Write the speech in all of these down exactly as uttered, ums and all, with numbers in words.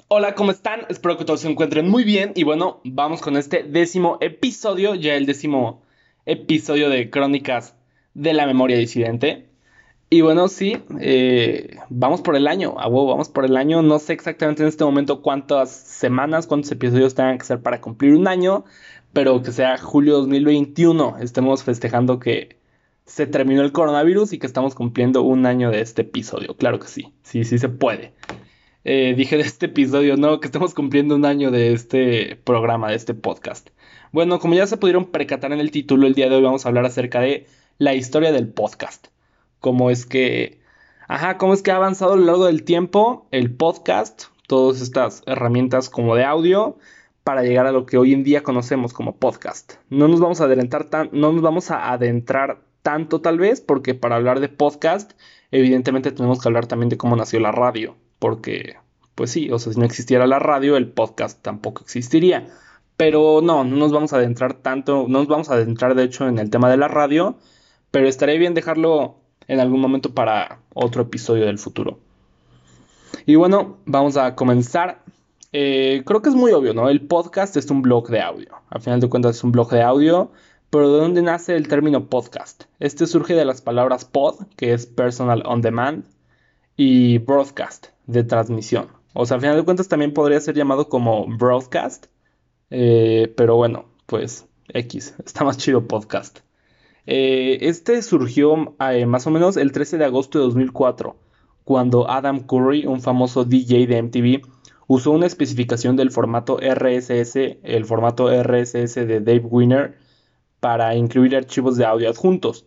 Hola, ¿cómo están? Espero que todos se encuentren muy bien. Y bueno, vamos con este décimo episodio, ya el décimo episodio de Crónicas de la Memoria Disidente. Y bueno, sí, eh, vamos por el año, a huevo, vamos por el año. No sé exactamente en este momento cuántas semanas, cuántos episodios tengan que ser para cumplir un año, pero que sea julio dos mil veintiuno, estemos festejando que se terminó el coronavirus y que estamos cumpliendo un año de este episodio. Claro que sí, sí, sí se puede. Eh, dije de este episodio, no, que estamos cumpliendo un año de este programa, de este podcast. Bueno, como ya se pudieron percatar en el título, el día de hoy vamos a hablar acerca de la historia del podcast. Cómo es que, ajá, cómo es que ha avanzado a lo largo del tiempo el podcast, todas estas herramientas como de audio, para llegar a lo que hoy en día conocemos como podcast. No nos vamos a adentrar tan, no nos vamos a adentrar tanto tal vez, porque para hablar de podcast, evidentemente tenemos que hablar también de cómo nació la radio, porque, pues sí, o sea, si no existiera la radio, el podcast tampoco existiría. Pero no, no nos vamos a adentrar tanto, no nos vamos a adentrar de hecho en el tema de la radio, pero estaría bien dejarlo en algún momento para otro episodio del futuro. Y bueno, vamos a comenzar. Eh, creo que es muy obvio, ¿no? El podcast es un blog de audio. Al final de cuentas es un blog de audio. Pero ¿de dónde nace el término podcast? Este surge de las palabras pod, que es personal on demand, y broadcast, de transmisión. O sea, al final de cuentas también podría ser llamado como broadcast. Eh, pero bueno, pues X, está más chido podcast. Eh, este surgió eh, más o menos el trece de agosto de dos mil cuatro, cuando Adam Curry, un famoso D J de M T V, usó una especificación del formato R S S, el formato R S S de Dave Winner, para incluir archivos de audio adjuntos.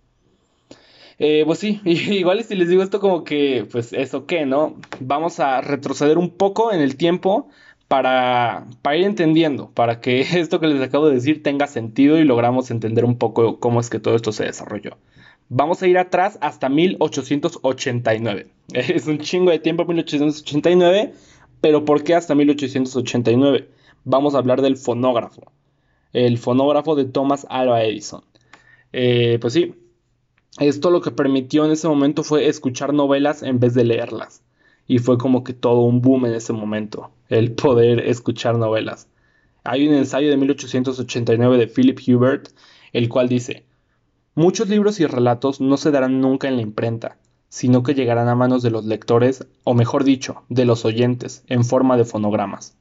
Eh, pues sí, igual y si les digo esto como que, pues eso qué, ¿no? Vamos a retroceder un poco en el tiempo para, para ir entendiendo, para que esto que les acabo de decir tenga sentido y logramos entender un poco cómo es que todo esto se desarrolló. Vamos a ir atrás hasta mil ochocientos ochenta y nueve. Es un chingo de tiempo, mil ochocientos ochenta y nueve, pero ¿por qué hasta mil ochocientos ochenta y nueve? Vamos a hablar del fonógrafo, el fonógrafo de Thomas Alva Edison. Eh, pues sí, esto lo que permitió en ese momento fue escuchar novelas en vez de leerlas. Y fue como que todo un boom en ese momento, el poder escuchar novelas. Hay un ensayo de mil ochocientos ochenta y nueve de Philip Hubert, el cual dice: muchos libros y relatos no se darán nunca en la imprenta, sino que llegarán a manos de los lectores, o mejor dicho, de los oyentes, en forma de fonogramas.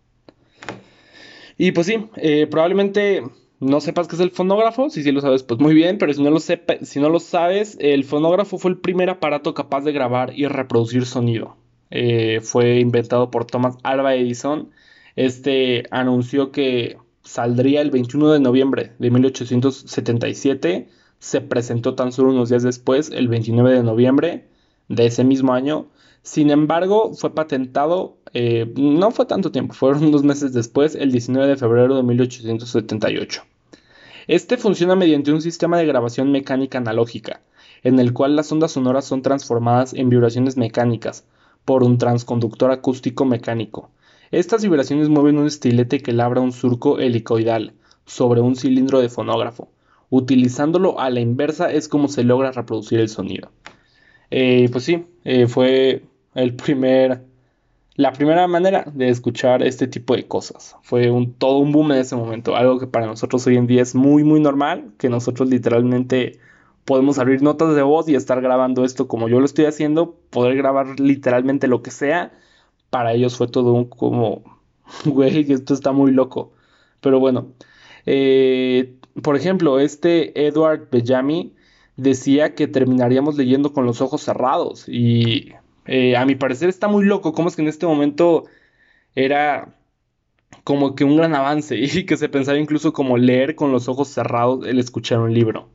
Y pues sí, eh, probablemente no sepas qué es el fonógrafo. Si sí lo sabes, pues muy bien, pero si no lo sepa, si no lo sabes, el fonógrafo fue el primer aparato capaz de grabar y reproducir sonido. Eh, fue inventado por Thomas Alva Edison. Este anunció que saldría el veintiuno de noviembre de mil ochocientos setenta y siete. Se presentó tan solo unos días después, el veintinueve de noviembre de ese mismo año. Sin embargo, fue patentado, eh, no fue tanto tiempo, fueron unos meses después, el diecinueve de febrero de mil ochocientos setenta y ocho. Este funciona mediante un sistema de grabación mecánica analógica, en el cual las ondas sonoras son transformadas en vibraciones mecánicas por un transconductor acústico mecánico. Estas vibraciones mueven un estilete que labra un surco helicoidal sobre un cilindro de fonógrafo. Utilizándolo a la inversa es como se logra reproducir el sonido. Eh, pues sí, eh, fue el primer, la primera manera de escuchar este tipo de cosas. Fue un, todo un boom en ese momento, algo que para nosotros hoy en día es muy, muy normal, que nosotros literalmente podemos abrir notas de voz y estar grabando esto como yo lo estoy haciendo, poder grabar literalmente lo que sea. Para ellos fue todo un como, güey, esto está muy loco. Pero bueno, eh, por ejemplo, este Edward Bellamy decía que terminaríamos leyendo con los ojos cerrados. Y eh, a mi parecer está muy loco cómo es que en este momento era como que un gran avance y que se pensaba incluso como leer con los ojos cerrados el escuchar un libro.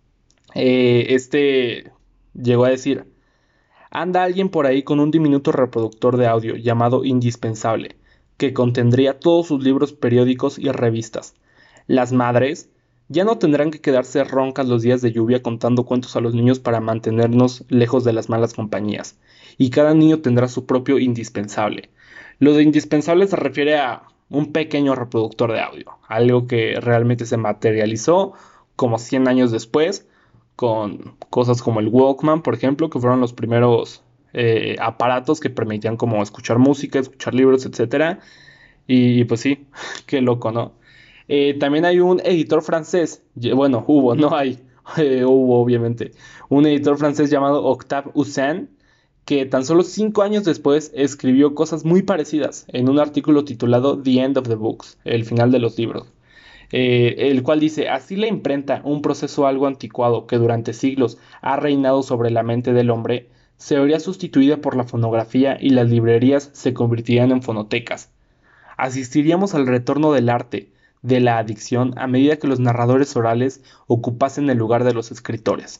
Eh, este llegó a decir: anda alguien por ahí con un diminuto reproductor de audio llamado Indispensable, que contendría todos sus libros periódicos y revistas. Las madres ya no tendrán que quedarse roncas los días de lluvia contando cuentos a los niños para mantenernos lejos de las malas compañías, y cada niño tendrá su propio indispensable. Lo de indispensable se refiere a un pequeño reproductor de audio, algo que realmente se materializó como cien años después, con cosas como el Walkman, por ejemplo, que fueron los primeros, eh, aparatos que permitían como escuchar música, escuchar libros, etcétera. Y pues sí, qué loco, ¿no? Eh, también hay un editor francés, ye- bueno, hubo, no hay, eh, hubo obviamente, un editor francés llamado Octave Hussin, que tan solo cinco años después escribió cosas muy parecidas en un artículo titulado The End of the Books, el final de los libros, eh, el cual dice, así la imprenta, un proceso algo anticuado que durante siglos ha reinado sobre la mente del hombre, se vería sustituida por la fonografía y las librerías se convertirían en fonotecas. Asistiríamos al retorno del arte, de la adicción, a medida que los narradores orales ocupasen el lugar de los escritores.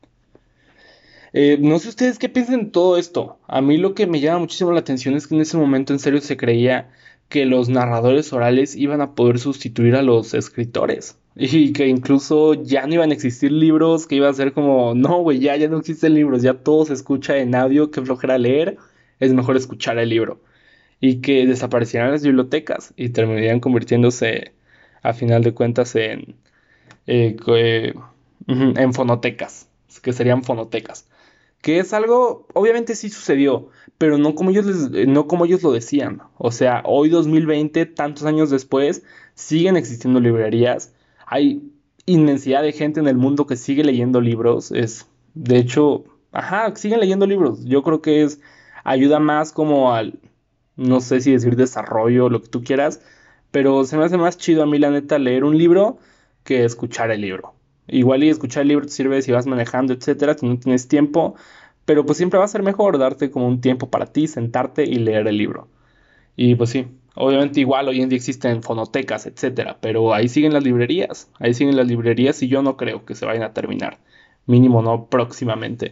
Eh, no sé ustedes qué piensan de todo esto. A mí lo que me llama muchísimo la atención es que en ese momento en serio se creía que los narradores orales iban a poder sustituir a los escritores. Y que incluso ya no iban a existir libros, que iba a ser como, no, güey, ya, ya no existen libros, ya todo se escucha en audio, qué flojera leer, es mejor escuchar el libro y que desaparecieran las bibliotecas y terminarían convirtiéndose, a final de cuentas, en, eh, co- eh, ujú, en fonotecas, que serían fonotecas. Que es algo, obviamente sí sucedió, pero no como ellos, les- eh, no como ellos lo decían. O sea, hoy dos mil veinte, tantos años después, siguen existiendo librerías. Hay inmensidad de gente en el mundo que sigue leyendo libros. Es, de hecho, ajá, siguen leyendo libros. Yo creo que es, ayuda más como al, no sé si decir desarrollo, lo que tú quieras, pero se me hace más chido a mí, la neta, leer un libro que escuchar el libro. Igual y escuchar el libro te sirve si vas manejando, etcétera, si no tienes tiempo, pero pues siempre va a ser mejor darte como un tiempo para ti, sentarte y leer el libro. Y pues sí, obviamente igual hoy en día existen fonotecas, etcétera, pero ahí siguen las librerías, ahí siguen las librerías y yo no creo que se vayan a terminar, mínimo no próximamente.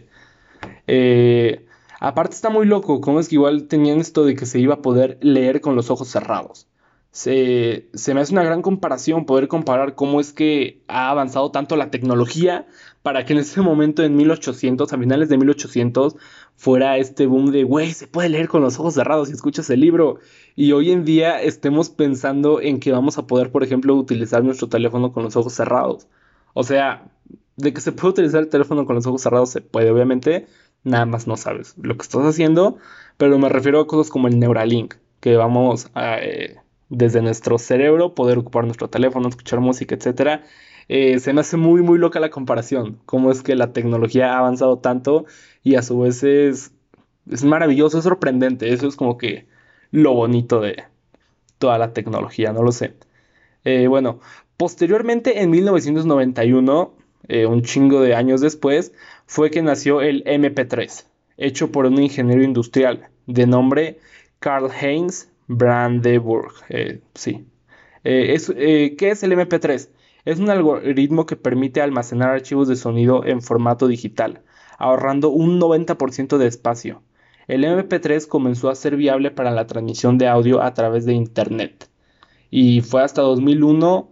Eh, Aparte está muy loco, cómo es que igual tenían esto de que se iba a poder leer con los ojos cerrados. Se, se me hace una gran comparación poder comparar cómo es que ha avanzado tanto la tecnología para que en ese momento en mil ochocientos, a finales de mil ochocientos, fuera este boom de, güey, se puede leer con los ojos cerrados si escuchas el libro. Y hoy en día estemos pensando en que vamos a poder, por ejemplo, utilizar nuestro teléfono con los ojos cerrados. O sea, de que se puede utilizar el teléfono con los ojos cerrados, se puede, obviamente, nada más no sabes lo que estás haciendo, pero me refiero a cosas como el Neuralink, que vamos a, eh, desde nuestro cerebro poder ocupar nuestro teléfono, escuchar música, etcétera. Eh, se me hace muy, muy loca la comparación, cómo es que la tecnología ha avanzado tanto y a su vez es, es maravilloso, es sorprendente, eso es como que lo bonito de toda la tecnología, no lo sé. Eh, bueno, posteriormente en mil novecientos noventa y uno, eh, un chingo de años después, fue que nació el M P tres, hecho por un ingeniero industrial de nombre Karl Heinz Brandenburg. Eh, sí. Eh, es, eh, ¿qué es el M P tres? Es un algoritmo que permite almacenar archivos de sonido en formato digital, ahorrando un noventa por ciento de espacio. El M P tres comenzó a ser viable para la transmisión de audio a través de Internet y fue hasta dos mil uno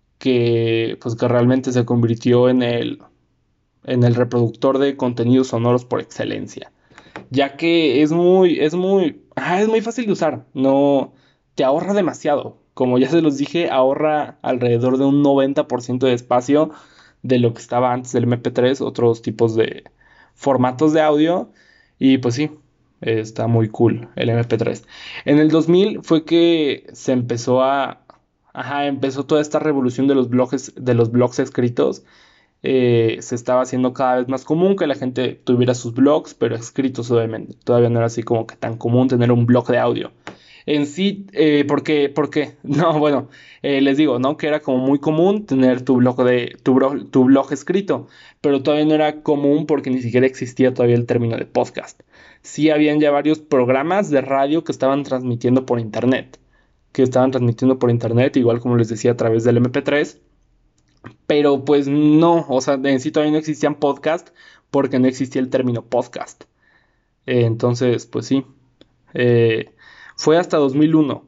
que, pues, que realmente se convirtió en el, en el reproductor de contenidos sonoros por excelencia, ya que es muy, es muy, ah, es muy fácil de usar, no te ahorra demasiado. Como ya se los dije, ahorra alrededor de un noventa por ciento de espacio de lo que estaba antes del M P tres, otros tipos de formatos de audio, y pues sí, está muy cool el M P tres. En el dos mil fue que se empezó a, ajá, empezó toda esta revolución de los blogs, de los blogs escritos. Eh, se estaba haciendo cada vez más común que la gente tuviera sus blogs, pero escritos obviamente. Todavía no era así como que tan común tener un blog de audio. En sí, eh, ¿por qué? ¿Por qué? No, bueno, eh, les digo, ¿no? Que era como muy común tener tu blog de tu, bro- tu blog escrito, pero todavía no era común porque ni siquiera existía todavía el término de podcast. Sí habían ya varios programas de radio que estaban transmitiendo por internet, que estaban transmitiendo por internet, igual como les decía a través del M P tres, pero pues no, o sea, en sí todavía no existían podcast porque no existía el término podcast. Eh, entonces, pues sí. Eh, Fue hasta dos mil uno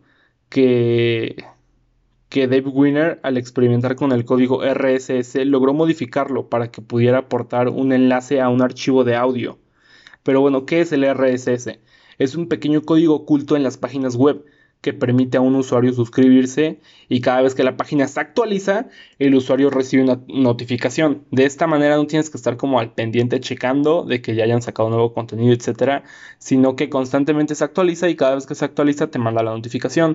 que, que Dave Winner, al experimentar con el código R S S, logró modificarlo para que pudiera aportar un enlace a un archivo de audio. Pero bueno, ¿qué es el R S S? Es un pequeño código oculto en las páginas web que permite a un usuario suscribirse y cada vez que la página se actualiza, el usuario recibe una notificación. De esta manera no tienes que estar como al pendiente checando de que ya hayan sacado nuevo contenido, etcétera, sino que constantemente se actualiza y cada vez que se actualiza te manda la notificación.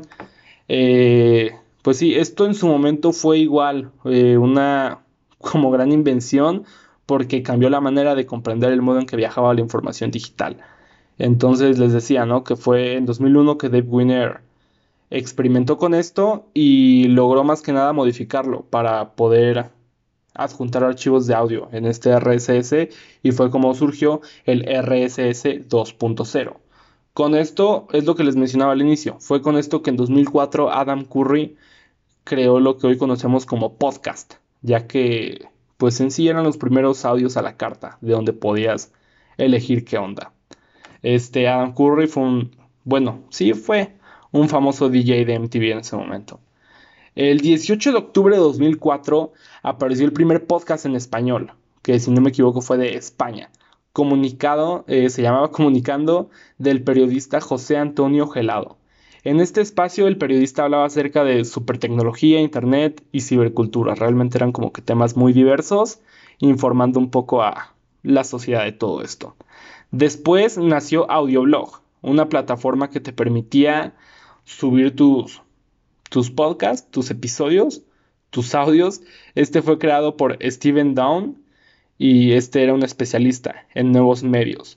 Eh, pues sí, esto en su momento fue igual eh, una como gran invención porque cambió la manera de comprender el modo en que viajaba la información digital. Entonces les decía, ¿no? Que fue en dos mil uno que Dave Wiener experimentó con esto y logró más que nada modificarlo para poder adjuntar archivos de audio en este R S S y fue como surgió el R S S dos punto cero. Con esto es lo que les mencionaba al inicio. Fue con esto que en dos mil cuatro Adam Curry creó lo que hoy conocemos como podcast, ya que pues en sí eran los primeros audios a la carta, de donde podías elegir qué onda. Este Adam Curry fue un, bueno, sí fue un famoso D J de M T V en ese momento. El dieciocho de octubre de dos mil cuatro apareció el primer podcast en español, que si no me equivoco fue de España. Comunicado, eh, se llamaba Comunicando, del periodista José Antonio Gelado. En este espacio el periodista hablaba acerca de supertecnología, internet y cibercultura. Realmente eran como que temas muy diversos, informando un poco a la sociedad de todo esto. Después nació Audioblog, una plataforma que te permitía subir tus tus podcasts, tus episodios, tus audios. Este fue creado por Steven Down y este era un especialista en nuevos medios.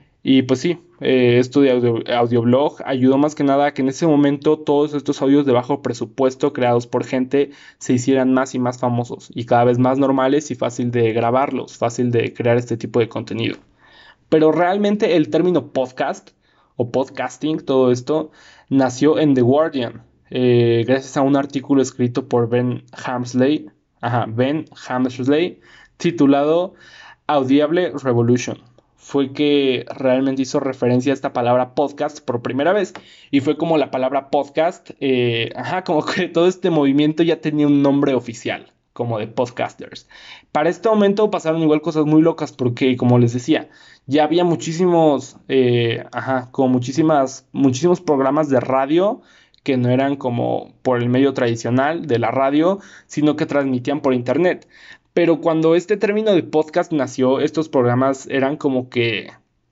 Y pues sí, eh, esto de audio, audioblog ayudó más que nada a que en ese momento todos estos audios de bajo presupuesto creados por gente se hicieran más y más famosos y cada vez más normales y fácil de grabarlos, fácil de crear este tipo de contenido. Pero realmente el término podcast o podcasting, todo esto, nació en The Guardian, eh, gracias a un artículo escrito por Ben Hamsley, ajá, Ben Hamsley, titulado Audible Revolution. Fue que realmente hizo referencia a esta palabra podcast por primera vez. Y fue como la palabra podcast, eh, ajá, como que todo este movimiento ya tenía un nombre oficial, como de podcasters. Para este momento pasaron igual cosas muy locas porque, como les decía, ya había muchísimos, eh, ajá, como muchísimas, muchísimos programas de radio que no eran como por el medio tradicional de la radio, sino que transmitían por internet. Pero cuando este término de podcast nació, estos programas eran como que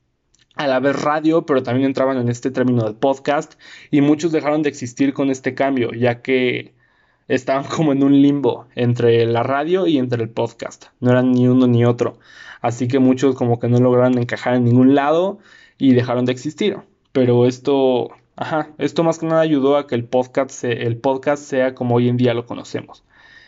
a la vez radio, pero también entraban en este término de podcast y muchos dejaron de existir con este cambio, ya que estaban como en un limbo entre la radio y entre el podcast. No eran ni uno ni otro. Así que muchos como que no lograron encajar en ningún lado y dejaron de existir. Pero esto, ajá, esto más que nada ayudó a que el podcast, se, el podcast sea como hoy en día lo conocemos.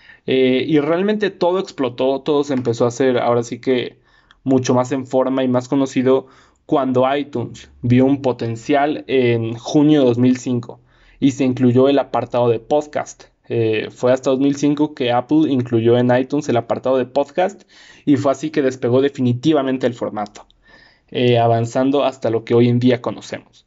Eh, y realmente todo explotó, todo se empezó a hacer ahora sí que mucho más en forma y más conocido cuando iTunes vio un potencial en junio de dos mil cinco y se incluyó el apartado de podcast. Eh, fue hasta dos mil cinco que Apple incluyó en iTunes el apartado de podcast y fue así que despegó definitivamente el formato, eh, avanzando hasta lo que hoy en día conocemos.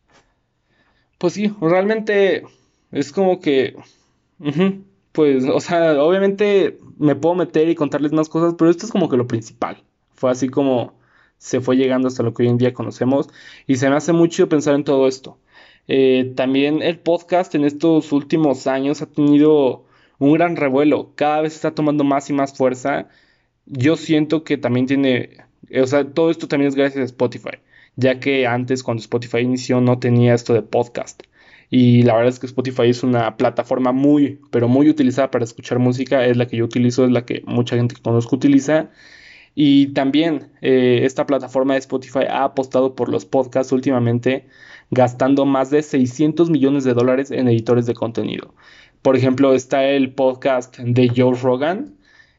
Pues sí, realmente es como que... Uh-huh. Pues, o sea, obviamente me puedo meter y contarles más cosas, pero esto es como que lo principal. Fue así como se fue llegando hasta lo que hoy en día conocemos y se me hace mucho pensar en todo esto. Eh, también el podcast en estos últimos años ha tenido un gran revuelo, cada vez está tomando más y más fuerza. Yo siento que también tiene, eh, o sea, todo esto también es gracias a Spotify, ya que antes cuando Spotify inició no tenía esto de podcast. Y la verdad es que Spotify es una plataforma muy, pero muy utilizada para escuchar música. Es la que yo utilizo, es la que mucha gente que conozco utiliza. Y también eh, esta plataforma de Spotify ha apostado por los podcasts últimamente, gastando más de seiscientos millones de dólares en editores de contenido. Por ejemplo, está el podcast de Joe Rogan.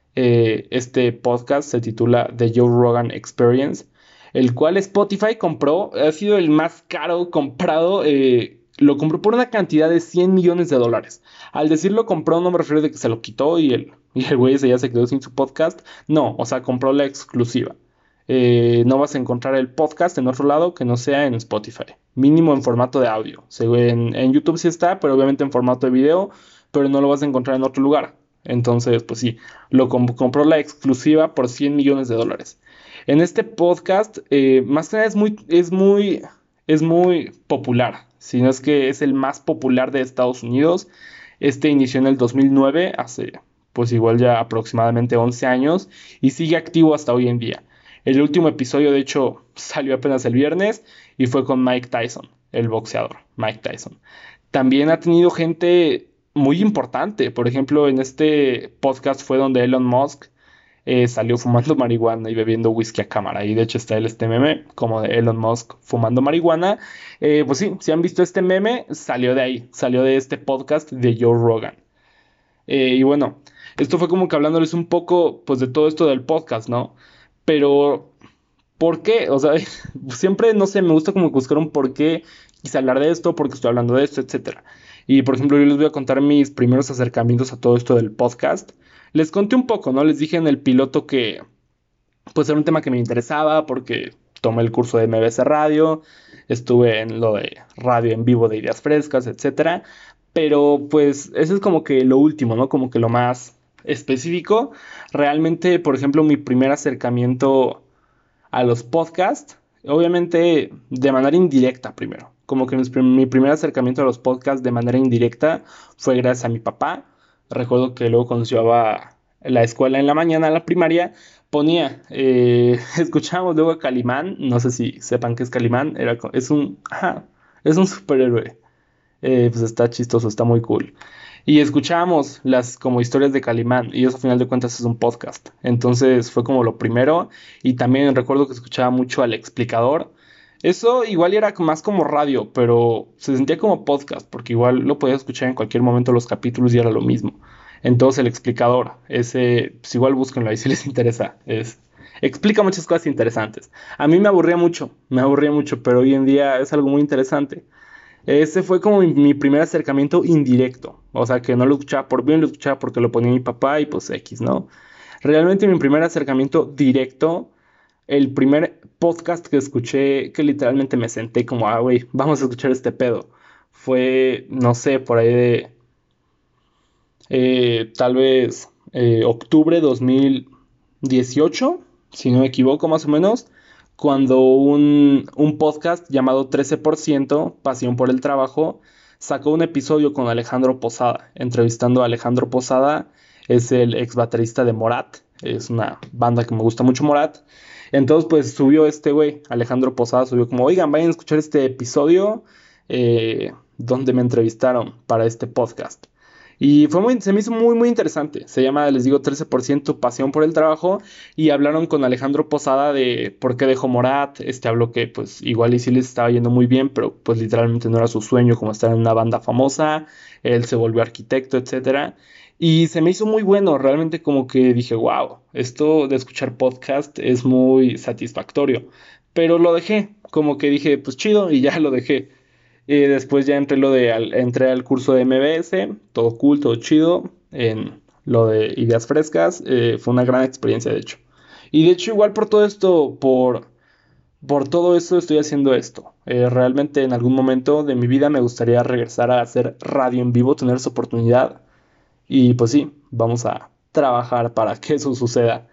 Eh, este podcast se titula The Joe Rogan Experience, el cual Spotify compró, ha sido el más caro comprado. Eh, lo compró por una cantidad de cien millones de dólares. Al decirlo compró no me refiero de que se lo quitó y el, y el güey ese ya se quedó sin su podcast. No, o sea, compró la exclusiva. Eh, no vas a encontrar el podcast en otro lado que no sea en Spotify. Mínimo en formato de audio. En, en YouTube sí está, pero obviamente en formato de video, pero no lo vas a encontrar en otro lugar. Entonces, pues sí, lo comp- compró la exclusiva por cien millones de dólares. En este podcast, eh, más que nada es muy, es muy, es muy popular. si no es que es el más popular de Estados Unidos. Este inició en el dos mil nueve, hace pues igual ya aproximadamente once años, y sigue activo hasta hoy en día. El último episodio, de hecho, salió apenas el viernes y fue con Mike Tyson, el boxeador, Mike Tyson. También ha tenido gente muy importante. Por ejemplo, en este podcast fue donde Elon Musk eh, salió fumando marihuana y bebiendo whisky a cámara. Y de hecho está el este meme como de Elon Musk fumando marihuana. Eh, pues sí, si han visto este meme, salió de ahí, salió de este podcast de Joe Rogan. Eh, y bueno, esto fue como que hablándoles un poco pues de todo esto del podcast, ¿no? Pero, ¿por qué? O sea, siempre, no sé, me gusta como buscar un por qué quise hablar de esto, porque estoy hablando de esto, etcétera. Y por ejemplo, yo les voy a contar mis primeros acercamientos a todo esto del podcast. Les conté un poco, ¿no? Les dije en el piloto que pues era un tema que me interesaba porque tomé el curso de M B C Radio, estuve en lo de radio en vivo de Ideas Frescas, etcétera. Pero pues eso es como que lo último, ¿no? Como que lo más específico. Realmente, por ejemplo, mi primer acercamiento a los podcasts, obviamente de manera indirecta primero. Como que mis prim- mi primer acercamiento a los podcasts de manera indirecta fue gracias a mi papá. Recuerdo que luego cuando yo iba a la escuela en la mañana, a la primaria, ponía, eh, escuchábamos luego a Calimán, no sé si sepan qué es Calimán, era, co- es un, ajá, es un superhéroe. Eh, pues está chistoso, está muy cool. Y escuchábamos las como historias de Calimán, y eso a final de cuentas es un podcast. Entonces fue como lo primero. Y también recuerdo que escuchaba mucho al Explicador. Eso igual era más como radio, pero se sentía como podcast, porque igual lo podías escuchar en cualquier momento los capítulos y era lo mismo. Entonces el Explicador, ese, pues igual búsquenlo ahí si les interesa. Es, explica muchas cosas interesantes. A mí me aburría mucho, me aburría mucho, pero hoy en día es algo muy interesante. Ese fue como mi, mi primer acercamiento indirecto. O sea, que no lo escuchaba por bien, lo escuchaba porque lo ponía mi papá y pues X, ¿no? Realmente mi primer acercamiento directo, el primer podcast que escuché, que literalmente me senté como, ah, güey, vamos a escuchar este pedo. Fue, no sé, por ahí de eh, tal vez eh, octubre dos mil dieciocho, si no me equivoco más o menos, cuando un, un podcast llamado trece por ciento, Pasión por el Trabajo, sacó un episodio con Alejandro Posada, entrevistando a Alejandro Posada, es el ex baterista de Morat, es una banda que me gusta mucho Morat. Entonces pues subió este güey, Alejandro Posada, subió como, oigan, vayan a escuchar este episodio eh, donde me entrevistaron para este podcast. Y fue muy, se me hizo muy, muy interesante. Se llama, les digo, trece por ciento Pasión por el Trabajo. Y hablaron con Alejandro Posada de por qué dejó Morat. Este habló que, pues, igual y sí les estaba yendo muy bien, pero pues literalmente no era su sueño como estar en una banda famosa. Él se volvió arquitecto, etcétera. Y se me hizo muy bueno. Realmente, como que dije, wow, esto de escuchar podcast es muy satisfactorio. Pero lo dejé. Como que dije, pues chido, y ya lo dejé. Y después ya entré, lo de, al, entré al curso de M B S, todo cool, todo chido, en lo de ideas frescas, eh, fue una gran experiencia de hecho. Y de hecho igual por todo esto, por, por todo esto estoy haciendo esto. Eh, realmente en algún momento de mi vida me gustaría regresar a hacer radio en vivo, tener esa oportunidad. Y pues sí, vamos a trabajar para que eso suceda.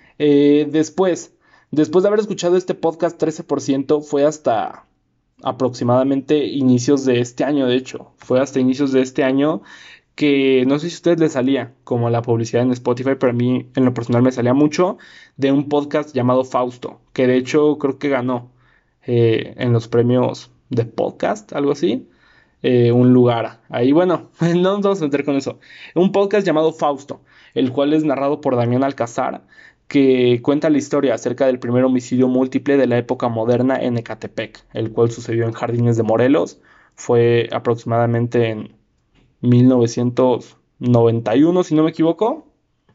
Eh, después, después de haber escuchado este podcast trece por ciento, fue hasta aproximadamente inicios de este año, de hecho, fue hasta inicios de este año que no sé si a ustedes les salía como la publicidad en Spotify, pero a mí en lo personal me salía mucho de un podcast llamado Fausto, que de hecho creo que ganó eh, en los premios de podcast, algo así, eh, un lugar. Ahí, bueno, no nos vamos a meter con eso. Un podcast llamado Fausto, el cual es narrado por Damián Alcázar, que cuenta la historia acerca del primer homicidio múltiple de la época moderna en Ecatepec, el cual sucedió en Jardines de Morelos. Fue aproximadamente en mil novecientos noventa y uno, si no me equivoco.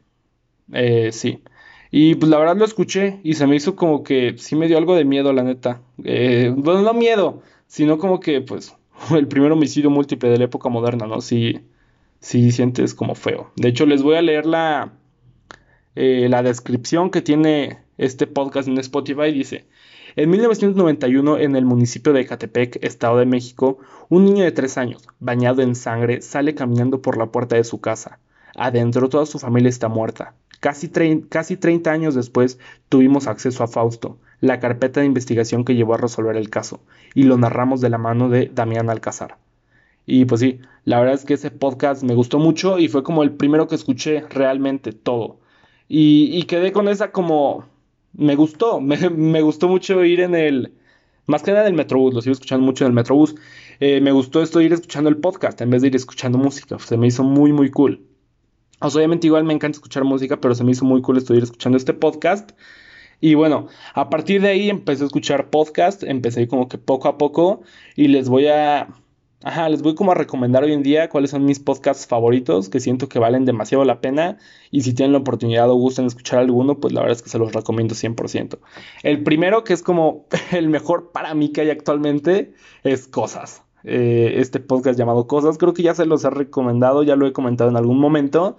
Eh, sí. Y pues la verdad lo escuché y se me hizo como que sí me dio algo de miedo, la neta. Eh, bueno, no miedo, sino como que pues el primer homicidio múltiple de la época moderna, ¿no? Sí, sí sientes como feo. De hecho, les voy a leer la, eh, la descripción que tiene este podcast en Spotify. Dice: en mil novecientos noventa y uno, en el municipio de Ecatepec, Estado de México, un niño de tres años, bañado en sangre, sale caminando por la puerta de su casa. Adentro toda su familia está muerta. Casi, trein- casi treinta años después tuvimos acceso a Fausto, la carpeta de investigación que llevó a resolver el caso, y lo narramos de la mano de Damián Alcázar. Y pues sí, la verdad es que ese podcast me gustó mucho y fue como el primero que escuché realmente todo. Y, y quedé con esa como... Me gustó, me, me gustó mucho ir en el... Más que nada en el Metrobús, lo sigo escuchando mucho en el Metrobús. Eh, me gustó esto de ir escuchando el podcast en vez de ir escuchando música. Se me hizo muy, muy cool. O sea, obviamente igual me encanta escuchar música, pero se me hizo muy cool esto de ir escuchando este podcast. Y bueno, a partir de ahí empecé a escuchar podcast, empecé como que poco a poco y les voy a, ajá, les voy como a recomendar hoy en día cuáles son mis podcasts favoritos, que siento que valen demasiado la pena y si tienen la oportunidad o gustan escuchar alguno, pues la verdad es que se los recomiendo cien por ciento. El primero, que es como el mejor para mí que hay actualmente, es Cosas. Eh, este podcast llamado Cosas, creo que ya se los he recomendado, ya lo he comentado en algún momento.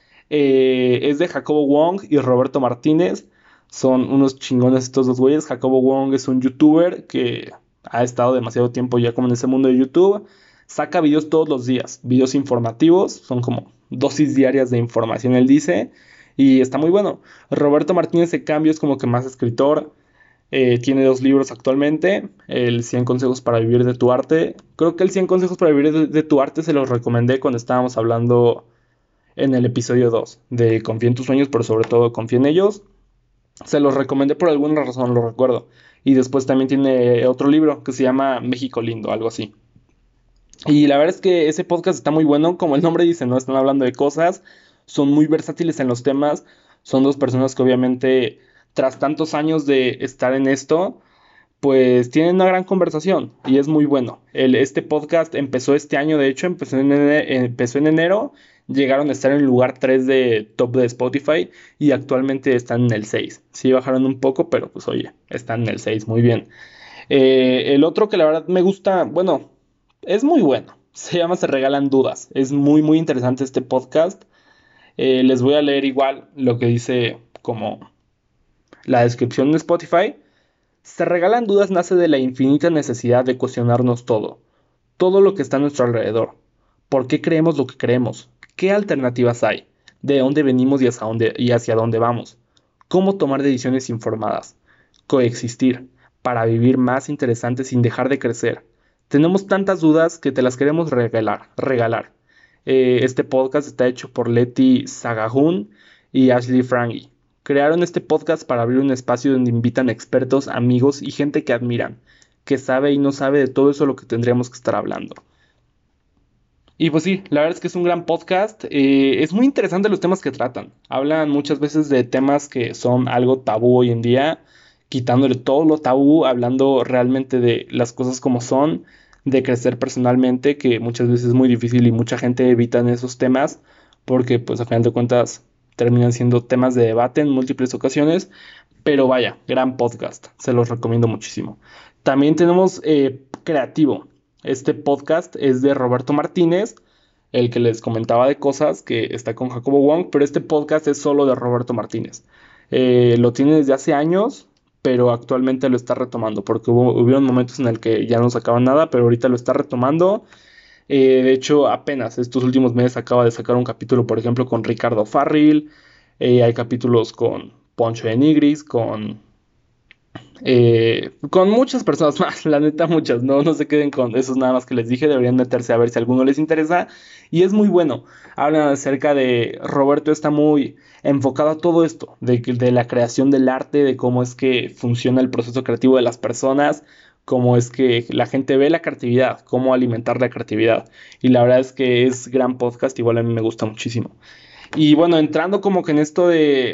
Eh, es de Jacobo Wong y Roberto Martínez. Son unos chingones estos dos güeyes. Jacobo Wong es un youtuber que ha estado demasiado tiempo ya como en ese mundo de YouTube. Saca videos todos los días, videos informativos, son como dosis diarias de información, él dice, y está muy bueno. Roberto Martínez, de cambio, es como que más escritor. Eh, tiene dos libros actualmente, el cien consejos para vivir de tu arte. Creo que el cien consejos para vivir de, de tu arte se los recomendé cuando estábamos hablando en el episodio dos de Confía en tus sueños, pero sobre todo confía en ellos. Se los recomendé por alguna razón, lo recuerdo. Y después también tiene otro libro que se llama México Lindo, algo así. Y la verdad es que ese podcast está muy bueno, como el nombre dice, no están hablando de cosas, son muy versátiles en los temas, son dos personas que obviamente tras tantos años de estar en esto, pues tienen una gran conversación y es muy bueno. El, este podcast empezó este año, de hecho, empezó en, ene- empezó en enero, llegaron a estar en el lugar tres de top de Spotify y actualmente están en el seis. Sí bajaron un poco, pero pues oye, están en el seis, muy bien. Eh, el otro que la verdad me gusta, bueno, es muy bueno, se llama Se Regalan Dudas. Es muy, muy interesante este podcast. Eh, les voy a leer igual lo que dice como la descripción de Spotify. Se regalan dudas nace de la infinita necesidad de cuestionarnos todo, todo lo que está a nuestro alrededor. ¿Por qué creemos lo que creemos? ¿Qué alternativas hay? ¿De dónde venimos y hacia dónde, y hacia dónde vamos? ¿Cómo tomar decisiones informadas? Coexistir, para vivir más interesante sin dejar de crecer. Tenemos tantas dudas que te las queremos regalar, regalar. Eh, este podcast está hecho por Leti Sagahun y Ashley Frangi. Crearon este podcast para abrir un espacio donde invitan expertos, amigos y gente que admiran, que sabe y no sabe de todo eso lo que tendríamos que estar hablando. Y pues sí, la verdad es que es un gran podcast. Eh, es muy interesante los temas que tratan. Hablan muchas veces de temas que son algo tabú hoy en día, quitándole todo lo tabú, hablando realmente de las cosas como son, de crecer personalmente, que muchas veces es muy difícil y mucha gente evita en esos temas, porque pues a final de cuentas terminan siendo temas de debate en múltiples ocasiones. Pero vaya, gran podcast, se los recomiendo muchísimo. También tenemos eh, Creativo. Este podcast es de Roberto Martínez, el que les comentaba de cosas, que está con Jacobo Wong, pero este podcast es solo de Roberto Martínez. Eh, lo tiene desde hace años, pero actualmente lo está retomando, porque hubo, hubieron momentos en el que ya no sacaba nada, pero ahorita lo está retomando. Eh, de hecho, apenas estos últimos meses acaba de sacar un capítulo, por ejemplo, con Ricardo Farril. Eh, hay capítulos con Poncho de Nigris, con eh, con muchas personas más, la neta, muchas, no, no se queden con esos nada más que les dije, deberían meterse a ver si a alguno les interesa. Y es muy bueno. Hablan acerca de Roberto, está muy enfocado a todo esto, de, que- de la creación del arte, de cómo es que funciona el proceso creativo de las personas, cómo es que la gente ve la creatividad, cómo alimentar la creatividad. Y la verdad es que es gran podcast, igual a mí me gusta muchísimo. Y bueno, entrando como que en esto de,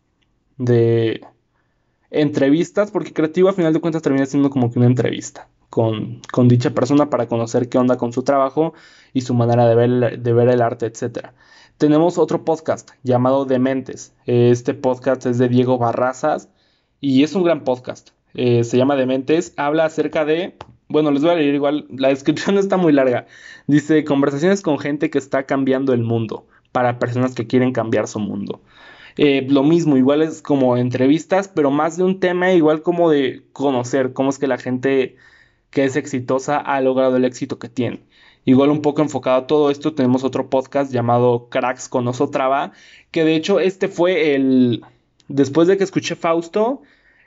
de entrevistas, porque creativo a final de cuentas termina siendo como que una entrevista con, con dicha persona para conocer qué onda con su trabajo y su manera de ver, de ver el arte, etcétera. Tenemos otro podcast llamado Dementes. Este podcast es de Diego Barrazas y es un gran podcast. Eh, se llama Dementes. Habla acerca de... Bueno, les voy a leer igual. La descripción está muy larga. Dice, conversaciones con gente que está cambiando el mundo para personas que quieren cambiar su mundo. Eh, lo mismo, igual es como entrevistas, pero más de un tema, igual como de conocer cómo es que la gente que es exitosa ha logrado el éxito que tiene. Igual un poco enfocado a todo esto, tenemos otro podcast llamado Cracks con Oso Traba, que de hecho este fue el... Después de que escuché Fausto,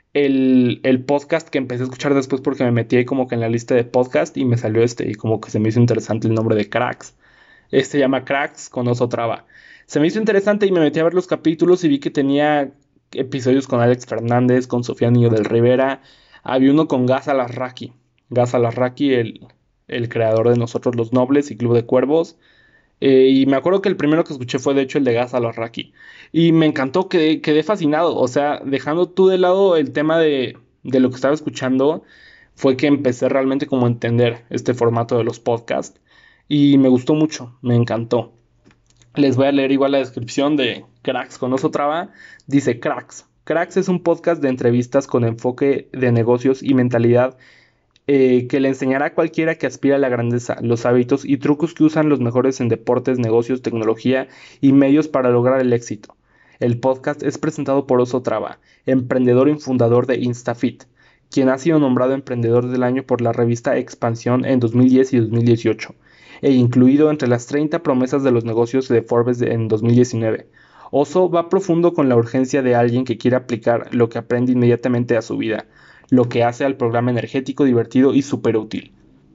el, el podcast que empecé a escuchar después porque me metí ahí como que en la lista de podcast y me salió este y como que se me hizo interesante el nombre de Cracks. Este se llama Cracks con Oso Traba. Se me hizo interesante y me metí a ver los capítulos y vi que tenía episodios con Alex Fernández, con Sofía Niño del Rivera. Había uno con Gas Alarraqui. Gas Alarraqui, el, el creador de Nosotros los Nobles y Club de Cuervos. Eh, y me acuerdo que el primero que escuché fue de hecho el de Gas Alarraqui. Y me encantó, quedé, quedé fascinado. O sea, dejando tú de lado el tema de, de lo que estaba escuchando, fue que empecé realmente como a entender este formato de los podcasts. Y me gustó mucho, me encantó. Les voy a leer igual la descripción de Cracks con Oso Traba. Dice Cracks. Cracks es un podcast de entrevistas con enfoque de negocios y mentalidad eh, que le enseñará a cualquiera que aspira a la grandeza los hábitos y trucos que usan los mejores en deportes, negocios, tecnología y medios para lograr el éxito. El podcast es presentado por Oso Traba, emprendedor y fundador de InstaFit, quien ha sido nombrado Emprendedor del Año por la revista Expansión en dos mil diez y dos mil dieciocho, e incluido entre las treinta promesas de los negocios de Forbes en dos mil diecinueve. Oso va profundo con la urgencia de alguien que quiere aplicar lo que aprende inmediatamente a su vida, lo que hace al programa energético, divertido y súper útil.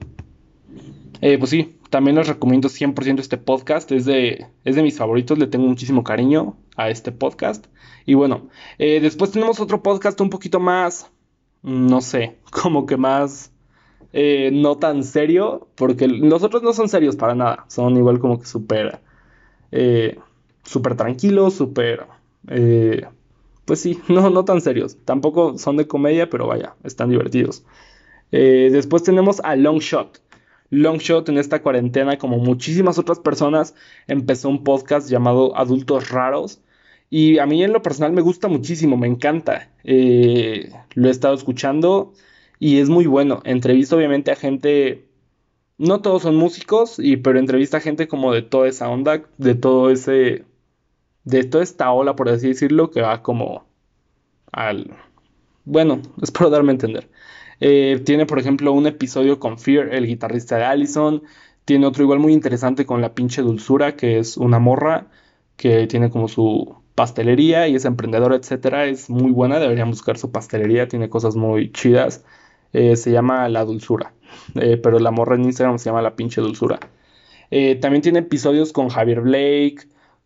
Eh, pues sí, también les recomiendo cien por ciento este podcast, es de, es de mis favoritos, le tengo muchísimo cariño a este podcast. Y bueno, eh, después tenemos otro podcast un poquito más, no sé, como que más eh, no tan serio, porque los otros no son serios para nada, son igual como que súper eh, súper tranquilos, súper... Eh, pues sí, no, no tan serios. Tampoco son de comedia, pero vaya, están divertidos. Eh, después tenemos a Longshot. Longshot en esta cuarentena, como muchísimas otras personas, empezó un podcast llamado Adultos Raros. Y a mí en lo personal me gusta muchísimo, me encanta. Eh, lo he estado escuchando y es muy bueno. Entrevista obviamente a gente, no todos son músicos, y, pero entrevista a gente como de toda esa onda, de todo ese, de toda esta ola, por así decirlo, que va como al, bueno, espero darme a entender. Eh, tiene, por ejemplo, un episodio con Fear, el guitarrista de Allison. Tiene otro igual muy interesante con La Pinche Dulzura, que es una morra que tiene como su pastelería y es emprendedora, etcétera. Es muy buena, deberían buscar su pastelería, tiene cosas muy chidas. Eh, se llama La Dulzura, eh, pero la morra en Instagram se llama La Pinche Dulzura. Eh, también tiene episodios con Javier Blake,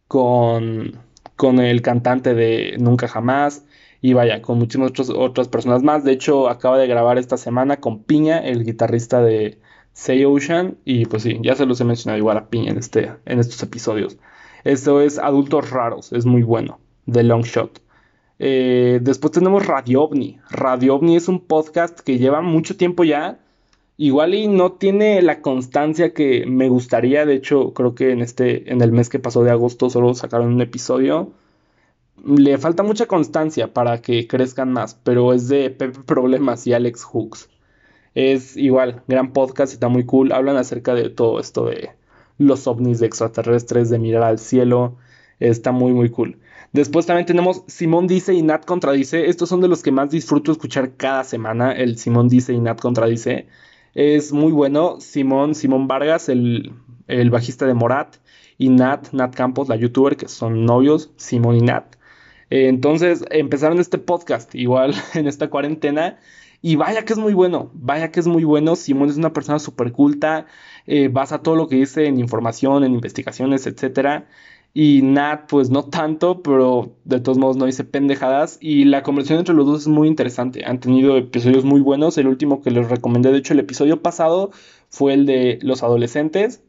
con, con el cantante de Nunca Jamás, y vaya, con muchísimas otras, otras personas más. De hecho, acaba de grabar esta semana con Piña, el guitarrista de Say Ocean, y pues sí, ya se los he mencionado igual a Piña en, este, en estos episodios. Esto es Adultos Raros, es muy bueno, de Long Shot. Eh, después tenemos Radio OVNI. Radio OVNI es un podcast que lleva mucho tiempo ya. Igual y no tiene la constancia que me gustaría. De hecho, creo que en este, en el mes que pasó de agosto solo sacaron un episodio. Le falta mucha constancia para que crezcan más, pero es de Pepe Problemas y Alex Hooks. Es igual, gran podcast, está muy cool. Hablan acerca de todo esto de los ovnis, de extraterrestres, de mirar al cielo. Está muy, muy cool. Después también tenemos Simón Dice y Nat Contradice. Estos son de los que más disfruto escuchar cada semana. El Simón Dice y Nat Contradice. Es muy bueno. Simón, Simón Vargas, el, el bajista de Morat. Y Nat, Nat Campos, la youtuber, que son novios, Simón y Nat. Eh, entonces empezaron este podcast igual en esta cuarentena y vaya que es muy bueno, vaya que es muy bueno. Simón es una persona súper culta, eh, basa todo lo que dice en información, en investigaciones, etcétera. Y Nat, pues no tanto, pero de todos modos no dice pendejadas. Y la conversación entre los dos es muy interesante. Han tenido episodios muy buenos. El último que les recomendé, de hecho, el episodio pasado fue el de los adolescentes.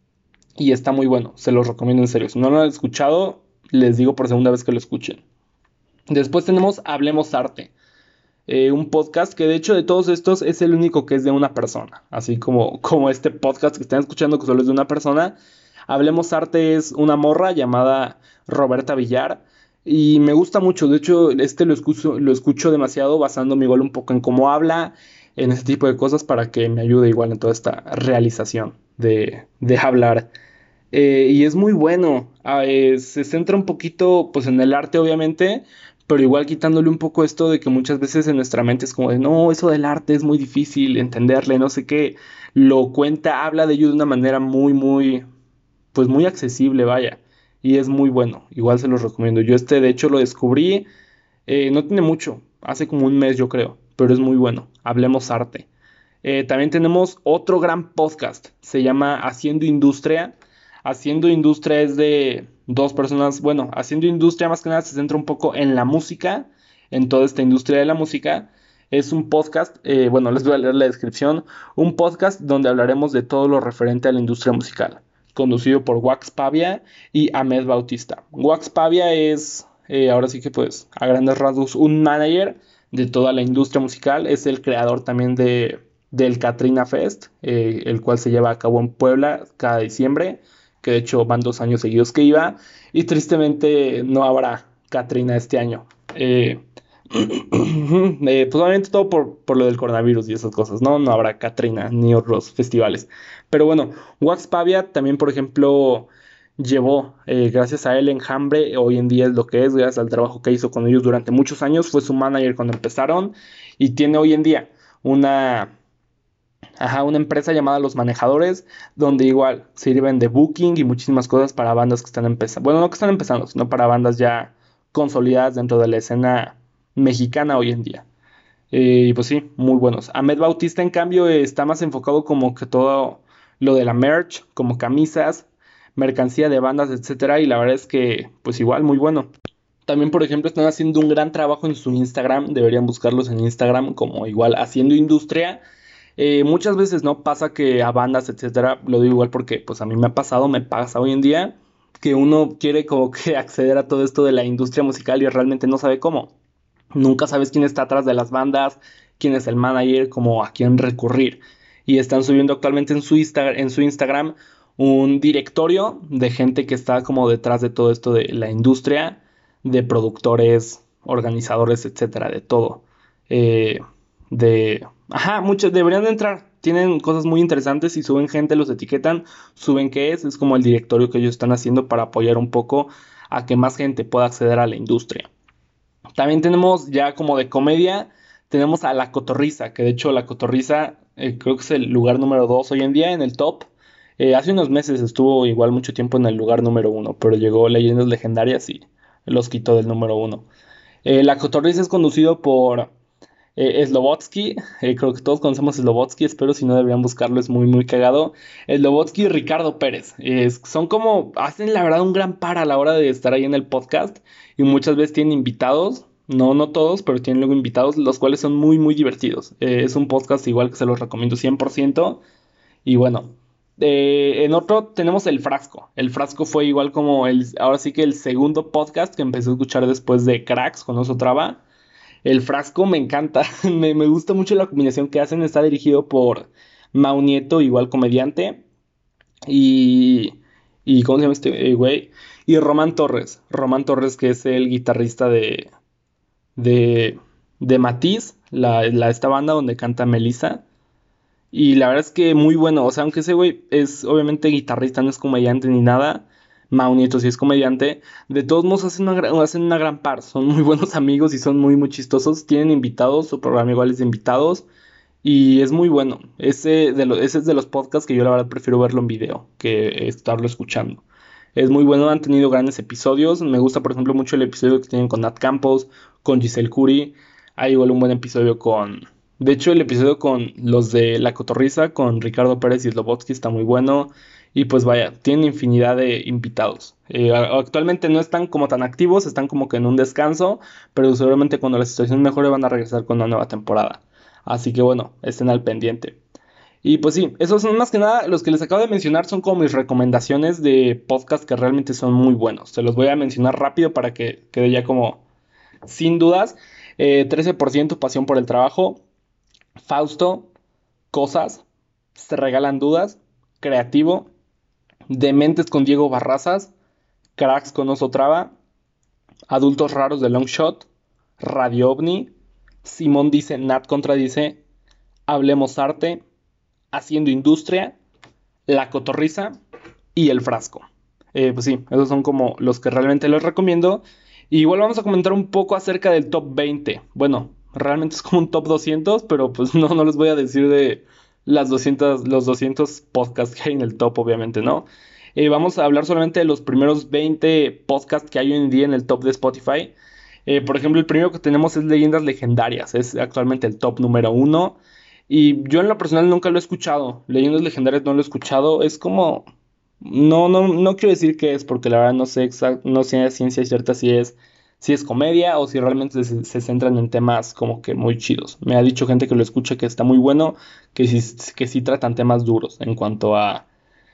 Y está muy bueno, se los recomiendo en serio. Si no lo han escuchado, les digo por segunda vez que lo escuchen. Después tenemos Hablemos Arte, eh, un podcast que de hecho de todos estos es el único que es de una persona, así como, como este podcast que están escuchando que solo es de una persona. Hablemos Arte es una morra llamada Roberta Villar y me gusta mucho. De hecho este lo escucho, lo escucho demasiado basándome igual un poco en cómo habla, en ese tipo de cosas para que me ayude igual en toda esta realización de, de hablar. Eh, y es muy bueno. Ah, eh, se centra un poquito pues en el arte obviamente, pero igual quitándole un poco esto de que muchas veces en nuestra mente es como de no, eso del arte es muy difícil entenderle, no sé qué. Lo cuenta, habla de ello de una manera muy, muy, pues muy accesible, vaya. Y es muy bueno, igual se los recomiendo. Yo este de hecho lo descubrí, eh, no tiene mucho, hace como un mes yo creo, pero es muy bueno. Hablemos Arte. Eh, también tenemos otro gran podcast, se llama Haciendo Industria. Haciendo Industria es de dos personas, bueno, Haciendo Industria más que nada se centra un poco en la música, en toda esta industria de la música. Es un podcast, eh, bueno, les voy a leer la descripción, un podcast donde hablaremos de todo lo referente a la industria musical, conducido por Wax Pavia y Ahmed Bautista. Wax Pavia es, eh, ahora sí que pues, a grandes rasgos, un manager de toda la industria musical, es el creador también de, del Katrina Fest, eh, el cual se lleva a cabo en Puebla cada diciembre, que de hecho van dos años seguidos que iba, y tristemente no habrá Katrina este año. Eh, eh, pues obviamente todo por, por lo del coronavirus y esas cosas, ¿no? No habrá Katrina ni otros festivales. Pero bueno, Wax Pavia también, por ejemplo, llevó, eh, gracias a él, Enjambre, hoy en día es lo que es, gracias al trabajo que hizo con ellos durante muchos años, fue su manager cuando empezaron y tiene hoy en día una... Ajá, una empresa llamada Los Manejadores, donde igual sirven de booking y muchísimas cosas para bandas que están empezando. Bueno, no que están empezando, sino para bandas ya consolidadas dentro de la escena mexicana hoy en día. Eh, y pues sí, muy buenos. Ahmed Bautista, en cambio, eh, está más enfocado como que todo lo de la merch, como camisas, mercancía de bandas, etcétera. Y la verdad es que, pues igual, muy bueno. También, por ejemplo, están haciendo un gran trabajo en su Instagram. Deberían buscarlos en Instagram como igual Haciendo Industria. Eh, muchas veces no pasa que a bandas, etcétera, lo digo igual porque pues a mí me ha pasado, me pasa hoy en día, que uno quiere como que acceder a todo esto de la industria musical y realmente no sabe cómo. Nunca sabes quién está atrás de las bandas, quién es el manager, como a quién recurrir. Y están subiendo actualmente en su, Insta- en su Instagram un directorio de gente que está como detrás de todo esto de la industria, de productores, organizadores, etcétera, de todo. Eh, de... Ajá, muchos deberían de entrar. Tienen cosas muy interesantes y suben gente, los etiquetan, suben qué es. Es como el directorio que ellos están haciendo para apoyar un poco a que más gente pueda acceder a la industria. También tenemos ya como de comedia, tenemos a La Cotorrisa, que de hecho La Cotorrisa eh, creo que es el lugar número dos hoy en día en el top. Eh, hace unos meses estuvo igual mucho tiempo en el lugar número uno, pero llegó Leyendas Legendarias y los quitó del número uno. Eh, La Cotorrisa es conducido por eh, Slobotsky, eh, creo que todos conocemos a Slobotsky, espero si no deberían buscarlo, es muy muy cagado. Slobotsky y Ricardo Pérez, eh, son como, hacen la verdad un gran par a la hora de estar ahí en el podcast y muchas veces tienen invitados, no, no todos, pero tienen luego invitados, los cuales son muy muy divertidos. Eh, es un podcast igual que se los recomiendo cien por ciento y bueno. Eh, en otro tenemos El Frasco. El Frasco fue igual como el, ahora sí que el segundo podcast que empecé a escuchar después de Cracks con Oso Traba. El Frasco me encanta, me, me gusta mucho la combinación que hacen, está dirigido por Mau Nieto, igual comediante, y, y ¿cómo se llama este eh, güey? Y Román Torres, Román Torres que es el guitarrista de, de, de Matiz, la, la, esta banda donde canta Melissa, y la verdad es que muy bueno, o sea, aunque ese güey es obviamente guitarrista, no es comediante ni nada, Mau Nieto sí es comediante, de todos modos hacen una, gran- hacen una gran par, son muy buenos amigos y son muy muy chistosos, tienen invitados, su programa igual es de invitados, y es muy bueno, ese, de lo- ese es de los podcasts que yo la verdad prefiero verlo en video que estarlo escuchando. Es muy bueno, han tenido grandes episodios, me gusta por ejemplo mucho el episodio que tienen con Nat Campos, con Giselle Curi, hay igual un buen episodio con... De hecho, el episodio con los de La Cotorrisa, con Ricardo Pérez y Slobotsky, está muy bueno. Y pues vaya, tienen infinidad de invitados. Eh, a- actualmente no están como tan activos, están como que en un descanso, pero seguramente cuando la situación mejore van a regresar con una nueva temporada. Así que bueno, estén al pendiente. Y pues sí, esos son más que nada los que les acabo de mencionar, son como mis recomendaciones de podcast que realmente son muy buenos. Se los voy a mencionar rápido para que quede ya como sin dudas. Eh, trece por ciento Pasión por el Trabajo, Fausto, Cosas, Se Regalan Dudas, Creativo, Dementes con Diego Barrazas, Cracks con Oso Traba, Adultos Raros de Long Shot, Radio OVNI, Simón dice, Nat contradice, Hablemos Arte, Haciendo Industria, La Cotorriza y El Frasco. Eh, pues sí, esos son como los que realmente les recomiendo. Y igual vamos a comentar un poco acerca del top veinte. Bueno, realmente es como un top doscientos, pero pues no, no les voy a decir de las doscientos, los doscientos podcasts que hay en el top, obviamente, ¿no? Eh, vamos a hablar solamente de los primeros veinte podcasts que hay hoy en día en el top de Spotify. Eh, por ejemplo, el primero que tenemos es Leyendas Legendarias. Es actualmente el top número uno. Y yo en lo personal nunca lo he escuchado. Leyendas Legendarias no lo he escuchado. Es como... No, no, no quiero decir qué es, porque la verdad no sé exact- no sé a ciencia cierta si es, si es comedia o si realmente se, se centran en temas como que muy chidos. Me ha dicho gente que lo escucha que está muy bueno, que sí, que sí tratan temas duros en cuanto a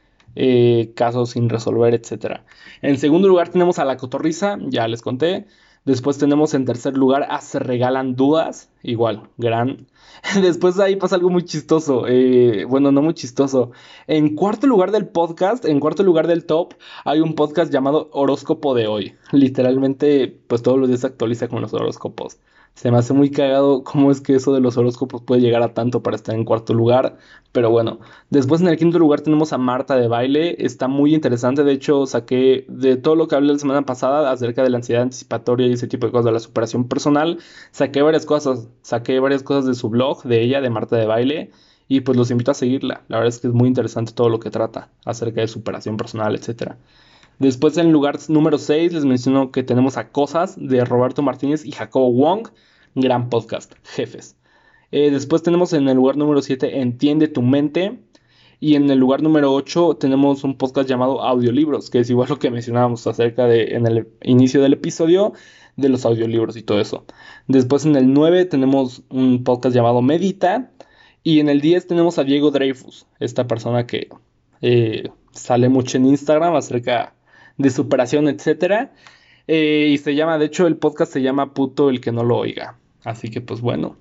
eh, casos sin resolver, etcétera. En segundo lugar tenemos a La Cotorrisa, ya les conté. Después tenemos en tercer lugar a Se Regalan Dudas, igual, gran. Después ahí pasa algo muy chistoso, eh, bueno, no muy chistoso. En cuarto lugar del podcast, en cuarto lugar del top, hay un podcast llamado Horóscopo de Hoy. Literalmente, pues todos los días se actualiza con los horóscopos. Se me hace muy cagado cómo es que eso de los horóscopos puede llegar a tanto para estar en cuarto lugar. Pero bueno, después en el quinto lugar tenemos a Marta de Baile. Está muy interesante. De hecho, saqué de todo lo que hablé la semana pasada acerca de la ansiedad anticipatoria y ese tipo de cosas de la superación personal. Saqué varias cosas. Saqué varias cosas de su blog, de ella, de Marta de Baile. Y pues los invito a seguirla. La verdad es que es muy interesante todo lo que trata acerca de superación personal, etcétera. Después en el lugar número seis les menciono que tenemos a Cosas de Roberto Martínez y Jacobo Wong. Gran podcast, jefes. Eh, después tenemos en el lugar número siete Entiende tu mente. Y en el lugar número ocho tenemos un podcast llamado Audiolibros, que es igual lo que mencionábamos acerca de en el inicio del episodio de los audiolibros y todo eso. Después en el nueve tenemos un podcast llamado Medita. Y en el diez tenemos a Diego Dreyfus, esta persona que eh, sale mucho en Instagram acerca de superación, etcétera. Eh, y se llama, de hecho, el podcast se llama Puto el que no lo oiga. Así que pues bueno.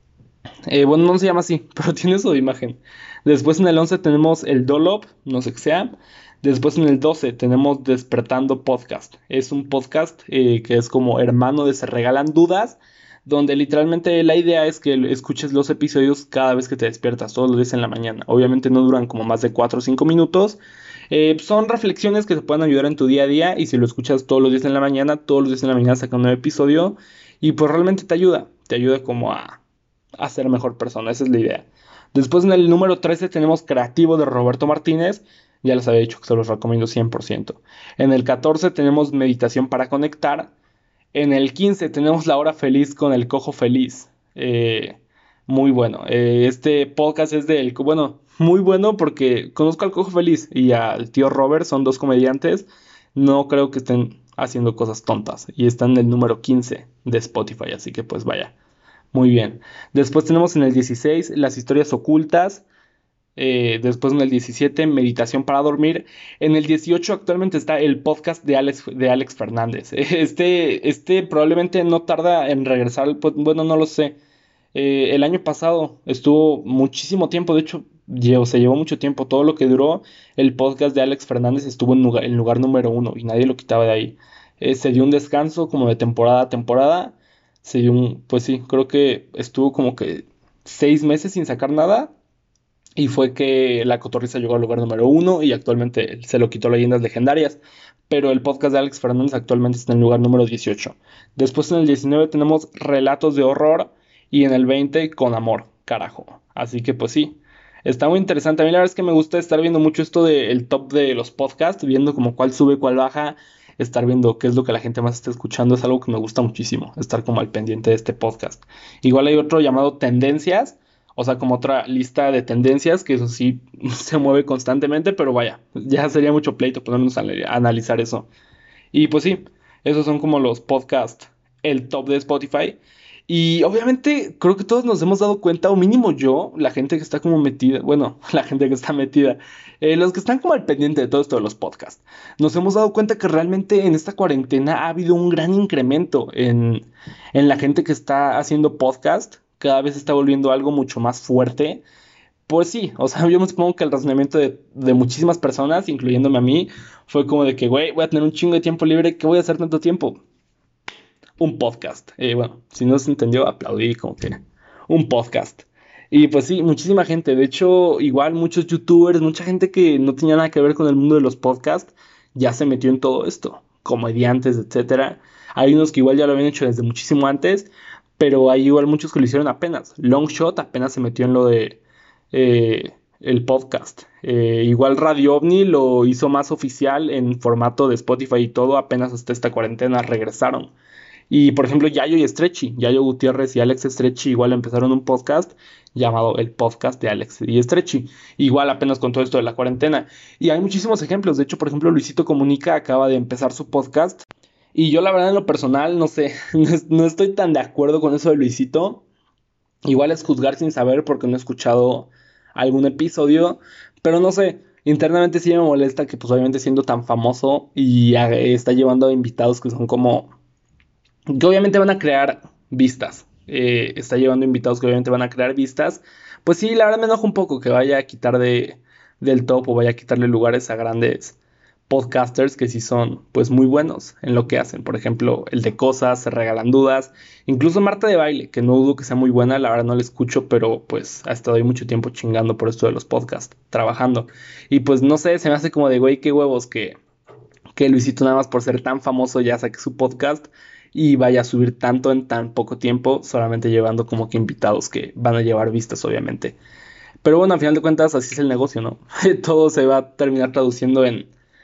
Eh, bueno, no se llama así, pero tiene su imagen. Después en el once tenemos el Dolop, no sé qué sea. Después en el doce tenemos Despertando Podcast. Es un podcast eh, que es como hermano de Se Regalan Dudas, donde literalmente la idea es que escuches los episodios cada vez que te despiertas, todos los días en la mañana. Obviamente no duran como más de cuatro o cinco minutos. Eh, son reflexiones que te pueden ayudar en tu día a día y si lo escuchas todos los días en la mañana, todos los días en la mañana saca un nuevo episodio y pues realmente te ayuda. Te ayuda como a a ser mejor persona, esa es la idea. Después en el número trece tenemos Creativo de Roberto Martínez, ya les había dicho que se los recomiendo cien por ciento. En el catorce tenemos Meditación para Conectar. En el quince tenemos La Hora Feliz con el Cojo Feliz. Eh, muy bueno. Eh, este podcast es del, bueno, muy bueno porque conozco al Cojo Feliz y al tío Robert, son dos comediantes. No creo que estén haciendo cosas tontas y están en el número quince de Spotify, así que pues vaya. Muy bien. Después tenemos en el dieciséis las historias ocultas. Eh, después en el diecisiete meditación para dormir. En el dieciocho actualmente está el podcast de Alex, de Alex Fernández. Este, este probablemente no tarda en regresar. Pues, bueno, no lo sé. Eh, el año pasado estuvo muchísimo tiempo. De hecho, llevo, se llevó mucho tiempo. Todo lo que duró el podcast de Alex Fernández estuvo en lugar, en lugar número uno y nadie lo quitaba de ahí. Eh, se dio un descanso como de temporada a temporada. Se dio un, pues sí, creo que estuvo como que seis meses sin sacar nada. Y fue que La Cotorrisa llegó al lugar número uno y actualmente se lo quitó Leyendas Legendarias. Pero el podcast de Alex Fernández actualmente está en el lugar número dieciocho. Después en el diecinueve tenemos Relatos de Horror y en el veinte Con Amor, carajo. Así que pues sí, está muy interesante. A mí la verdad es que me gusta estar viendo mucho esto del top de los podcasts, viendo como cuál sube, cuál baja, estar viendo qué es lo que la gente más está escuchando. Es algo que me gusta muchísimo, estar como al pendiente de este podcast. Igual hay otro llamado Tendencias, o sea, como otra lista de tendencias, que eso sí se mueve constantemente, pero vaya, ya sería mucho pleito ponernos a analizar eso. Y pues sí, esos son como los podcasts, el top de Spotify. Y obviamente creo que todos nos hemos dado cuenta, o mínimo yo, la gente que está como metida, bueno, la gente que está metida, eh, los que están como al pendiente de todo esto de los podcasts, nos hemos dado cuenta que realmente en esta cuarentena ha habido un gran incremento en, en la gente que está haciendo podcast, cada vez está volviendo algo mucho más fuerte. Pues sí, o sea, yo me supongo que el razonamiento de, de muchísimas personas, incluyéndome a mí, fue como de que, güey, voy a tener un chingo de tiempo libre, ¿qué voy a hacer tanto tiempo? Un podcast. Eh, bueno, si no se entendió, aplaudí como que un podcast. Y pues sí, muchísima gente. De hecho, igual muchos youtubers, mucha gente que no tenía nada que ver con el mundo de los podcasts, ya se metió en todo esto. Comediantes, etcétera. Hay unos que igual ya lo habían hecho desde muchísimo antes, pero hay igual muchos que lo hicieron apenas. Longshot apenas se metió en lo de eh, el podcast. Eh, igual Radio OVNI lo hizo más oficial en formato de Spotify y todo, apenas hasta esta cuarentena regresaron. Y por ejemplo, Yayo y Stretchy, Yayo Gutiérrez y Alex Stretchy igual empezaron un podcast llamado El Podcast de Alex y Stretchy, igual apenas con todo esto de la cuarentena. Y hay muchísimos ejemplos, de hecho, por ejemplo, Luisito Comunica acaba de empezar su podcast. Y yo la verdad en lo personal, no sé, no, es- no estoy tan de acuerdo con eso de Luisito. Igual es juzgar sin saber porque no he escuchado algún episodio, pero no sé, internamente sí me molesta que pues obviamente siendo tan famoso y a- está llevando a invitados que son como, que obviamente van a crear vistas, eh, está llevando invitados que obviamente van a crear vistas, pues sí, la verdad me enoja un poco que vaya a quitar de, del top o vaya a quitarle lugares a grandes podcasters que sí son pues muy buenos en lo que hacen. Por ejemplo, el de Cosas, Se Regalan Dudas, incluso Marta de Baile, que no dudo que sea muy buena, la verdad no la escucho, pero pues ha estado ahí mucho tiempo chingando por esto de los podcasts, trabajando. Y pues no sé, se me hace como de güey, qué huevos que, que Luisito nada más por ser tan famoso ya saque su podcast y vaya a subir tanto en tan poco tiempo, solamente llevando como que invitados que van a llevar vistas, obviamente. Pero bueno, al final de cuentas así es el negocio, ¿no? Todo se va a terminar traduciendo en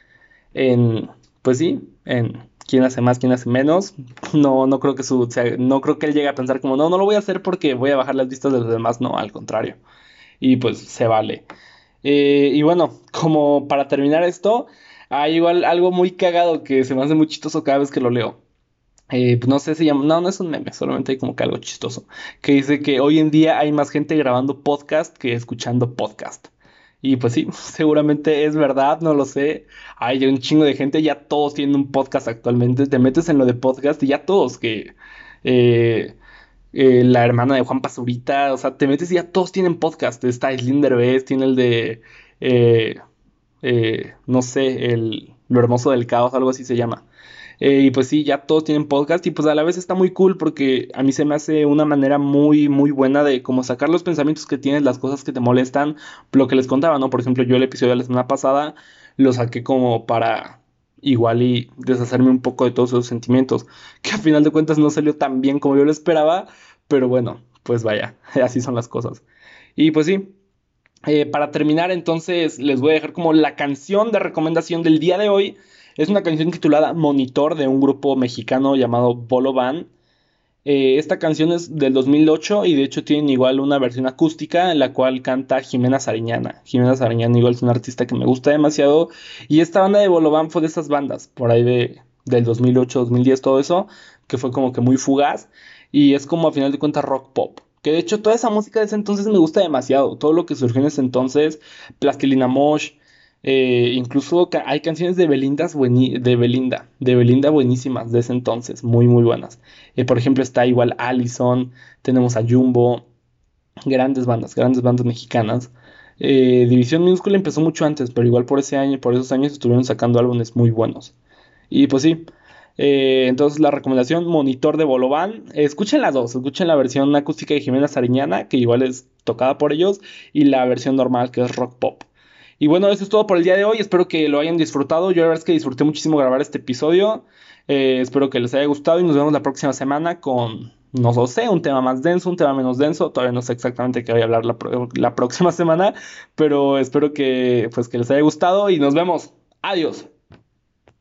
en, pues sí, en quién hace más, quién hace menos. No, no creo que su, o sea, no creo que él llegue a pensar como, no, no lo voy a hacer porque voy a bajar las vistas de los demás, no, al contrario. Y pues se vale. Eh, y bueno, como para terminar esto, hay igual algo muy cagado que se me hace muy chistoso cada vez que lo leo. Eh, pues no sé si llama, no, no es un meme, solamente hay como que algo chistoso, que dice que hoy en día hay más gente grabando podcast que escuchando podcast. Y pues sí, seguramente es verdad, no lo sé. Hay un chingo de gente, ya todos tienen un podcast actualmente. Te metes en lo de podcast y ya todos que eh, eh, la hermana de Juan Pazurita, o sea, te metes y ya todos tienen podcast. Está Aislinn Derbez, tiene el de eh, eh, no sé, el, Lo Hermoso del Caos, algo así se llama. Eh, y pues sí, ya todos tienen podcast y pues a la vez está muy cool porque a mí se me hace una manera muy, muy buena de como sacar los pensamientos que tienes, las cosas que te molestan, lo que les contaba, ¿no? Por ejemplo, yo el episodio de la semana pasada lo saqué como para igual y deshacerme un poco de todos esos sentimientos, que al final de cuentas no salió tan bien como yo lo esperaba, pero bueno, pues vaya, así son las cosas. Y pues sí. Eh, para terminar, entonces les voy a dejar como la canción de recomendación del día de hoy. Es una canción titulada Monitor de un grupo mexicano llamado Bolo Van. Eh, esta canción es del dos mil ocho y de hecho tienen igual una versión acústica en la cual canta Jimena Sariñana. Jimena Sariñana igual es una artista que me gusta demasiado y esta banda de Bolo Van fue de esas bandas por ahí de, del dos mil ocho, dos mil diez, todo eso, que fue como que muy fugaz y es como a final de cuentas rock pop. Que de hecho toda esa música de ese entonces me gusta demasiado. Todo lo que surgió en ese entonces, Plastilina Mosh, eh, incluso ca- hay canciones de Belinda, de Belinda, de Belinda buenísimas de ese entonces, muy muy buenas. Eh, por ejemplo, está igual Allison, tenemos a Jumbo, grandes bandas, grandes bandas mexicanas. Eh, División Minúscula empezó mucho antes, pero igual por ese año, por esos años estuvieron sacando álbumes muy buenos. Y pues sí, eh, entonces la recomendación, Monitor de Bolobán, eh, escuchen las dos, escuchen la versión acústica de Jimena Sariñana, que igual es tocada por ellos, y la versión normal, que es rock pop. Y bueno, eso es todo por el día de hoy, espero que lo hayan disfrutado, yo la verdad es que disfruté muchísimo grabar este episodio. Eh, espero que les haya gustado y nos vemos la próxima semana con, no lo sé, un tema más denso, un tema menos denso. Todavía no sé exactamente qué voy a hablar la, pro- la próxima semana, pero espero que, pues, que les haya gustado y nos vemos. Adiós.